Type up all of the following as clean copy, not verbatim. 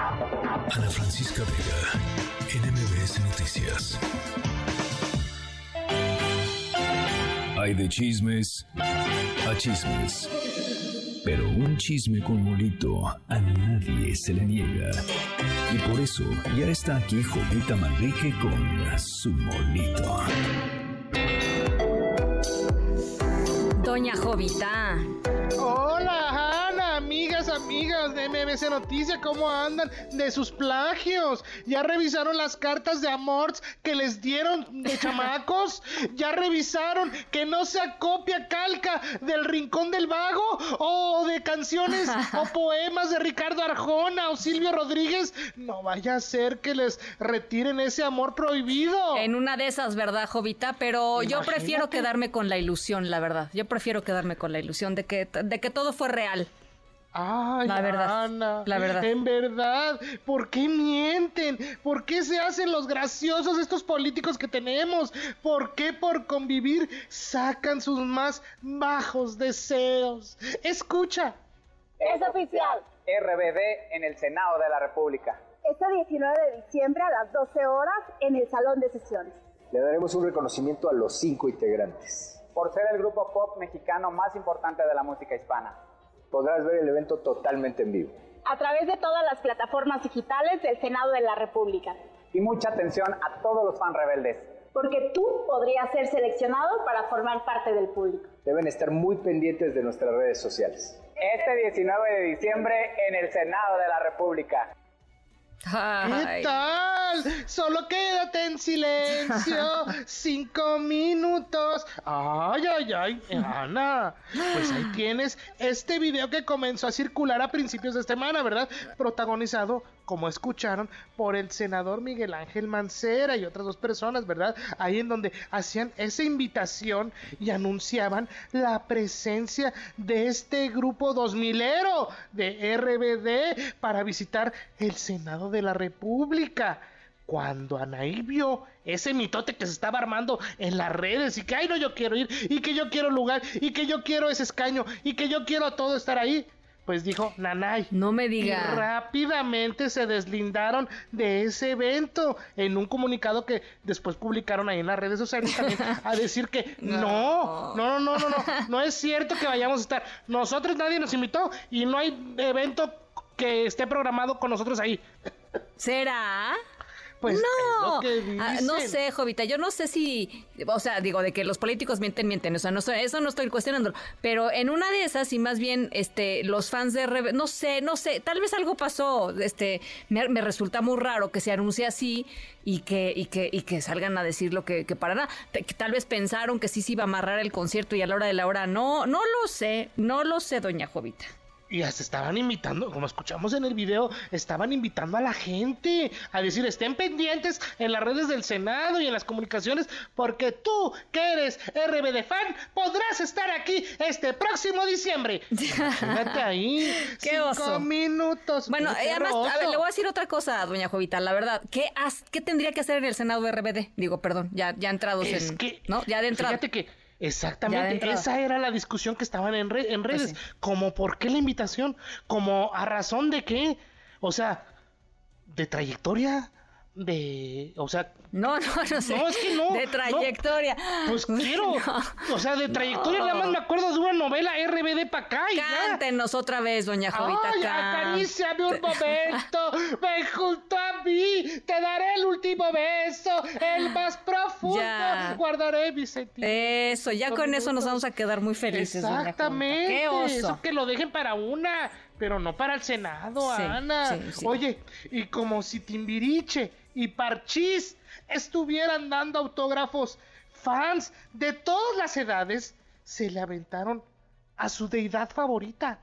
Ana Francisca Vega, NMBS Noticias. Hay de chismes a chismes, pero un chisme con molito a nadie se le niega. Y por eso ya está aquí Jovita Manrique con su molito. Doña Jovita. Hola, Ana, amigas de MBC Noticias, ¿cómo andan de sus plagios? ¿Ya revisaron las cartas de amors que les dieron de chamacos? ¿Ya revisaron que no se acopia calca del Rincón del Vago o de canciones o poemas de Ricardo Arjona o Silvio Rodríguez? No vaya a ser que les retiren ese amor prohibido. En una de esas, ¿verdad, Jovita? Pero yo prefiero quedarme con la ilusión, la verdad. Yo prefiero quedarme con la ilusión de que todo fue real. Ay, la verdad, Ana, la verdad. En verdad, ¿por qué mienten? ¿Por qué se hacen los graciosos estos políticos que tenemos? ¿Por qué por convivir sacan sus más bajos deseos? Escucha. Es oficial. RBD en el Senado de la República. Este 19 de diciembre a las 12 horas en el Salón de Sesiones. Le daremos un reconocimiento a los 5 integrantes. Por ser el grupo pop mexicano más importante de la música hispana. Podrás ver el evento totalmente en vivo. A través de todas las plataformas digitales del Senado de la República. Y mucha atención a todos los fans rebeldes. Porque tú podrías ser seleccionado para formar parte del público. Deben estar muy pendientes de nuestras redes sociales. Este 19 de diciembre en el Senado de la República. ¿Qué tal? Solo quédate en silencio 5 minutos. Ay, Ana. Pues ahí tienes este video que comenzó a circular a principios de semana, ¿verdad? Protagonizado, como escucharon, por el senador Miguel Ángel Mancera y otras 2 personas, ¿verdad? Ahí en donde hacían esa invitación y anunciaban la presencia de este grupo 2000ero de RBD para visitar el Senado de la República. Cuando Anaí vio ese mitote que se estaba armando en las redes y que, ay, no, yo quiero ir, y que yo quiero lugar, y que yo quiero ese escaño, y que yo quiero a todo estar ahí, pues dijo, nanay. No me diga. Y rápidamente se deslindaron de ese evento en un comunicado que después publicaron ahí en las redes sociales también a decir que no es cierto que vayamos a estar. Nosotros, nadie nos invitó y no hay evento que esté programado con nosotros ahí. ¿Será? Pues no, es lo que dicen. No sé, Jovita, yo no sé si, o sea, digo, de que los políticos mienten, o sea, eso no estoy cuestionando, pero en una de esas, y más bien, los fans de RBD, no sé, tal vez algo pasó, me resulta muy raro que se anuncie así y que salgan a decir lo que para nada, que tal vez pensaron que sí se iba a amarrar el concierto y a la hora de la hora, no lo sé, doña Jovita. Y hasta estaban invitando, como escuchamos en el video, estaban invitando a la gente a decir, estén pendientes en las redes del Senado y en las comunicaciones, porque tú, que eres RBD fan, podrás estar aquí este próximo diciembre. Fíjate ahí. ¡Qué oso! 5 minutos. Bueno, además, a ver, le voy a decir otra cosa, doña Jovita, la verdad, ¿qué tendría que hacer en el Senado de RBD? Digo, perdón, ya entrados ¿no? Ya de entrada. Fíjate que exactamente, esa era la discusión que estaban en redes, pues sí. Como ¿por qué la invitación? Como ¿a razón de qué? O sea, de trayectoria, o sea... No sé. No, es que no. De trayectoria. No, pues quiero. No. O sea, de trayectoria nada más me acuerdo de una novela RBD pa' acá y Cántenos ya. otra vez, doña Jovita. Ay, acaríciame un momento. Ven junto a mí. Te daré el último beso. El más profundo. Ya. Guardaré mi sentimiento. Eso, ya con eso nos vamos a quedar muy felices. Exactamente. Qué oso. Eso que lo dejen para una, pero no para el Senado, sí, Ana. Sí. Oye, y como si Timbiriche y Parchís estuvieran dando autógrafos, fans de todas las edades se le aventaron a su deidad favorita.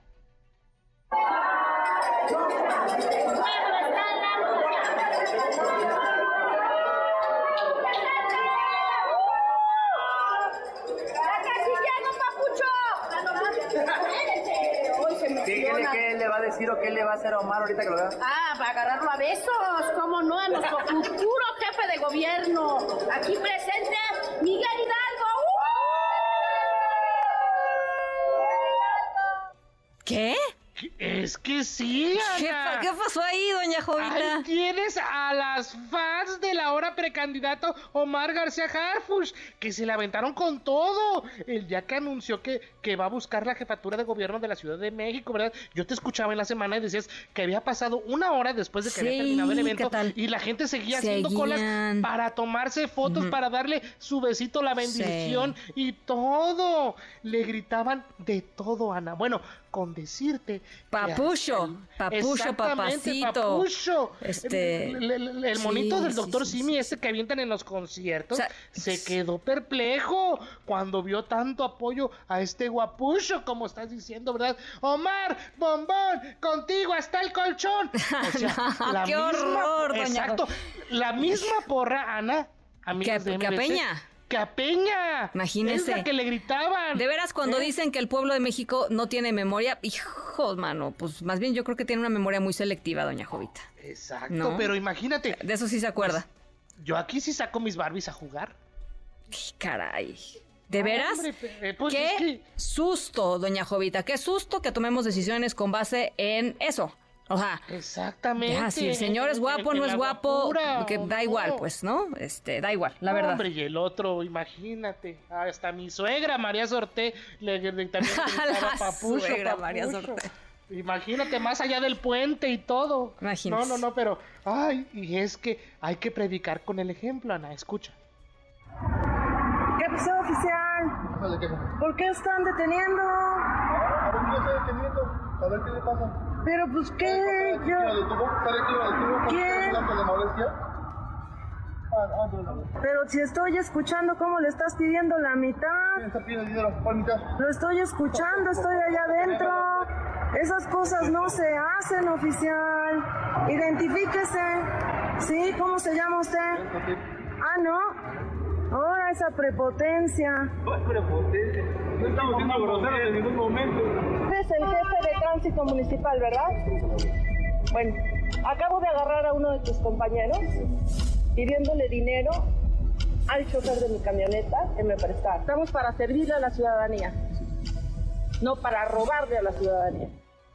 Dígale qué le va a decir o qué le va a hacer a Omar ahorita que lo vea. Para agarrarlo a besos, cómo no, a nuestro futuro jefe de gobierno. Aquí presente, Miguel Hidalgo. ¿Qué? Es que sí, Ana. ¿Qué pasó ahí, doña Jovita? Ahí tienes a las fans del ahora precandidato Omar García Harfuch, que se le aventaron con todo el día que anunció que va a buscar la jefatura de gobierno de la Ciudad de México, ¿verdad? Yo te escuchaba en la semana y decías que había pasado una hora después de que había terminado el evento y la gente seguía haciendo colas para tomarse fotos, para darle su besito, la bendición y todo. Le gritaban de todo, Ana. Bueno, con decirte... Papucho, papacito. Papucho. El monito del doctor Simi, que avientan en los conciertos, se quedó perplejo cuando vio tanto apoyo a este guapucho, como estás diciendo, ¿verdad? Omar, bombón, contigo hasta el colchón. O sea, no, qué horror, doña. Exacto, la misma porra, Ana, amigos de MBC, que a Peña. Imagínese. Es la que le gritaban. De veras, cuando dicen que el pueblo de México no tiene memoria, hijos, mano, pues más bien yo creo que tiene una memoria muy selectiva, doña Jovita. Exacto, ¿no? Pero imagínate. De eso sí se acuerda. Pues, yo aquí sí saco mis Barbies a jugar. Caray. ¿De veras? Hombre, pues qué susto, doña Jovita, qué susto que tomemos decisiones con base en eso. O sea, exactamente. Ya, si el señor es guapo, no es guapo, que da igual, pues, ¿no? Da igual, la verdad. Hombre, y el otro, imagínate, hasta mi suegra, María Sorté, también gritaba papucho, suegra, María Sorté. Imagínate, más allá del puente y todo. Imagínate. No, pero, y es que hay que predicar con el ejemplo, Ana, escucha. ¿Qué pasó, oficial? ¿Por qué están deteniendo? A ver, ¿qué estoy deteniendo? A ver qué le pasa. Pero pues qué, yo... ¿Quién? Pero si estoy escuchando cómo le estás pidiendo la mitad. ¿Quién está pidiendo dinero? ¿Cuál mitad? Lo estoy escuchando, estoy allá adentro. Esas cosas no se hacen, oficial. Identifíquese. ¿Sí? ¿Cómo se llama usted? ¿No? Ahora esa prepotencia. ¿Cuál prepotencia? No estamos siendo groseros en ningún momento. Es el jefe de tránsito municipal, ¿verdad? Bueno, acabo de agarrar a uno de tus compañeros pidiéndole dinero al chofer de mi camioneta que me prestara. Estamos para servirle a la ciudadanía, no para robarle a la ciudadanía.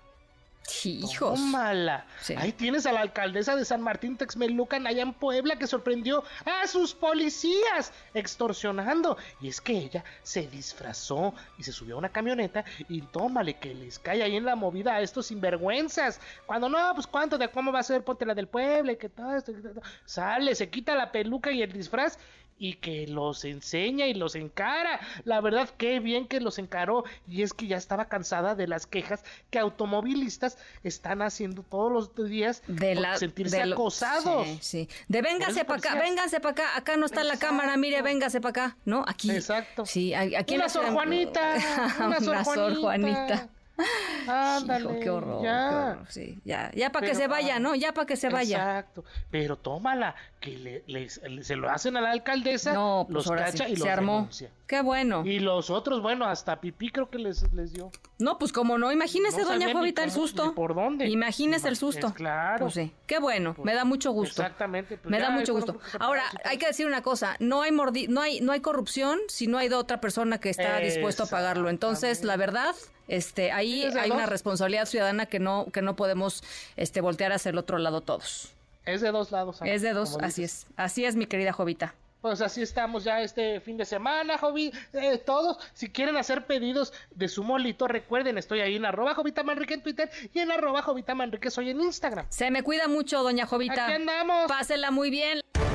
Hijos. Tómala. Sí. Ahí tienes a la alcaldesa de San Martín Texmelucan, allá en Puebla, que sorprendió a sus policías extorsionando. Y es que ella se disfrazó y se subió a una camioneta y tómale que les cae ahí en la movida a estos sinvergüenzas. Cuando no, pues cuánto de cómo va a ser, ponte la del Puebla y que todo esto. Sale, se quita la peluca y el disfraz y que los enseña y los encara. La verdad, qué bien que los encaró. Y es que ya estaba cansada de las quejas que automovilistas están haciendo todos los días por sentirse acosados. Sí. De véngase para acá, véngase para acá. Acá no está la cámara, mire, véngase para acá. ¿No? Aquí. Exacto. Sí, aquí una Sor Juanita. Una Sor Juanita. Ándale, hijo, qué horror, ya. Qué horror, sí, ya para que se vaya, ¿no? Ya para que se vaya. Exacto, pero tómala, que se lo hacen a la alcaldesa, no, pues los cacha sí, y los denuncia. Qué bueno. Y los otros, bueno, hasta pipí creo que les dio. No, pues como no, imagínese, no doña Jovita, el susto. ¿Por dónde? Imagínese el susto. Claro. Pues sí, qué bueno, me da mucho gusto. Exactamente. Pues me da mucho gusto. Ahora, hay que decir una cosa, no hay corrupción si no hay de otra persona que está dispuesto a pagarlo. Entonces, la verdad, ahí hay una responsabilidad ciudadana que no podemos voltear hacia el otro lado todos. Es de dos lados. Es de dos, así es mi querida Jovita. Pues así estamos ya este fin de semana, Jovi. Todos, si quieren hacer pedidos de su molito, recuerden, estoy ahí en @JovitaManrique en Twitter y en @JovitaManrique soy en Instagram. Se me cuida mucho, doña Jovita. Aquí andamos. Pásela muy bien.